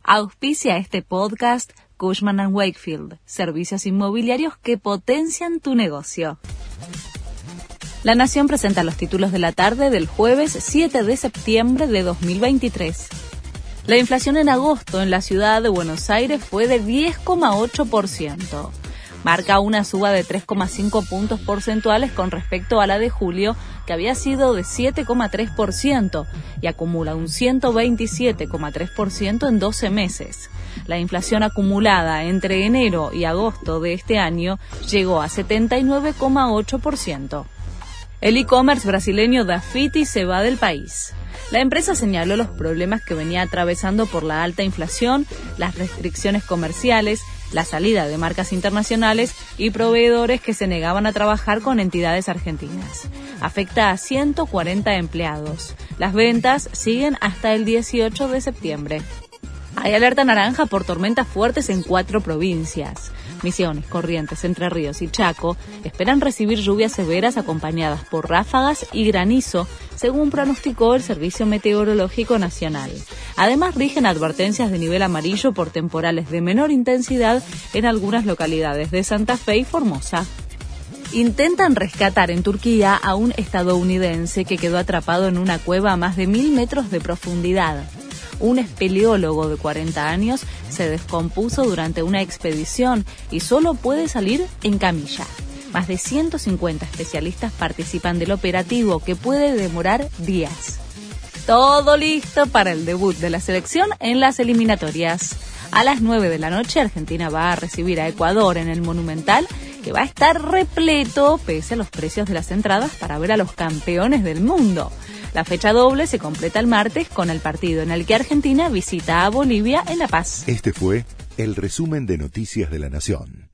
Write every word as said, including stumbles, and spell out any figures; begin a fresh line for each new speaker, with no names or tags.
Auspicia este podcast Cushman and Wakefield, servicios inmobiliarios que potencian tu negocio. La Nación presenta los títulos de la tarde del jueves siete de septiembre de dos mil veintitrés. La inflación en agosto en la ciudad de Buenos Aires fue de diez coma ocho por ciento. Marca una suba de tres coma cinco puntos porcentuales con respecto a la de julio, que había sido de siete coma tres por ciento, y acumula un ciento veintisiete coma tres por ciento en doce meses. La inflación acumulada entre enero y agosto de este año llegó a setenta y nueve coma ocho por ciento. El e-commerce brasileño Dafiti se va del país. La empresa señaló los problemas que venía atravesando por la alta inflación, las restricciones comerciales, la salida de marcas internacionales y proveedores que se negaban a trabajar con entidades argentinas. Afecta a ciento cuarenta empleados. Las ventas siguen hasta el dieciocho de septiembre. Hay alerta naranja por tormentas fuertes en cuatro provincias. Misiones, Corrientes, Entre Ríos y Chaco esperan recibir lluvias severas acompañadas por ráfagas y granizo, según pronosticó el Servicio Meteorológico Nacional. Además, rigen advertencias de nivel amarillo por temporales de menor intensidad en algunas localidades de Santa Fe y Formosa. Intentan rescatar en Turquía a un estadounidense que quedó atrapado en una cueva a más de mil metros de profundidad. Un espeleólogo de cuarenta años se descompuso durante una expedición y solo puede salir en camilla. Más de ciento cincuenta especialistas participan del operativo, que puede demorar días. Todo listo para el debut de la selección en las eliminatorias. A las nueve de la noche, Argentina va a recibir a Ecuador en el Monumental, que va a estar repleto pese a los precios de las entradas para ver a los campeones del mundo. La fecha doble se completa el martes con el partido en el que Argentina visita a Bolivia en La Paz.
Este fue el resumen de Noticias de la Nación.